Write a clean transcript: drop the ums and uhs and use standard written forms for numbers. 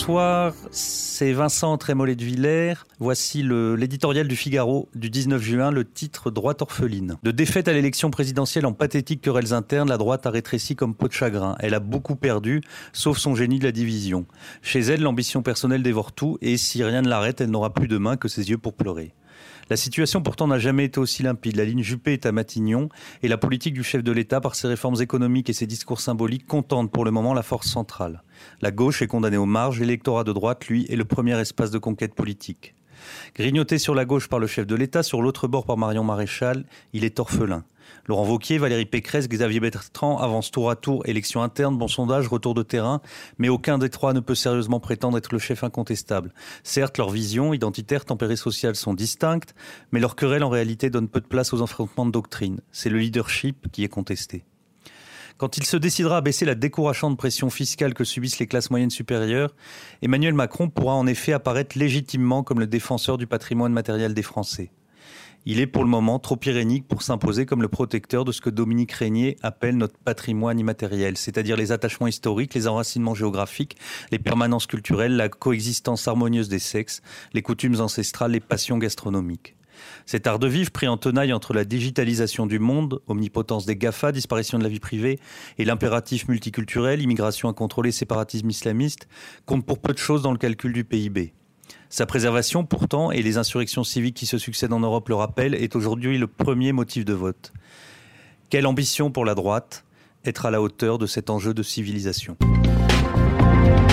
Bonsoir, c'est Vincent Trémollet de Villers. Voici l'éditorial du Figaro du 19 juin, le titre « Droite orpheline ». De défaite à l'élection présidentielle en pathétiques querelles internes, la droite a rétréci comme peau de chagrin. Elle a beaucoup perdu, sauf son génie de la division. Chez elle, l'ambition personnelle dévore tout et si rien ne l'arrête, elle n'aura plus de main que ses yeux pour pleurer. La situation pourtant n'a jamais été aussi limpide. La ligne Juppé est à Matignon et la politique du chef de l'État, par ses réformes économiques et ses discours symboliques, contente pour le moment la force centrale. La gauche est condamnée aux marges, l'électorat de droite, lui, est le premier espace de conquête politique. Grignoté sur la gauche par le chef de l'État, sur l'autre bord par Marion Maréchal, il est orphelin. Laurent Wauquiez, Valérie Pécresse, Xavier Bertrand avancent tour à tour, élections internes, bon sondage, retour de terrain, mais aucun des trois ne peut sérieusement prétendre être le chef incontestable. Certes, leurs visions identitaires, tempérées sociales sont distinctes, mais leur querelle en réalité donne peu de place aux affrontements de doctrine. C'est le leadership qui est contesté. Quand il se décidera à baisser la décourageante pression fiscale que subissent les classes moyennes supérieures, Emmanuel Macron pourra en effet apparaître légitimement comme le défenseur du patrimoine matériel des Français. Il est pour le moment trop irénique pour s'imposer comme le protecteur de ce que Dominique Régnier appelle notre patrimoine immatériel, c'est-à-dire les attachements historiques, les enracinements géographiques, les permanences culturelles, la coexistence harmonieuse des sexes, les coutumes ancestrales, les passions gastronomiques. Cet art de vivre pris en tenaille entre la digitalisation du monde, omnipotence des GAFA, disparition de la vie privée, et l'impératif multiculturel, immigration incontrôlée, séparatisme islamiste, compte pour peu de choses dans le calcul du PIB. Sa préservation, pourtant, et les insurrections civiques qui se succèdent en Europe le rappellent, est aujourd'hui le premier motif de vote. Quelle ambition pour la droite, être à la hauteur de cet enjeu de civilisation.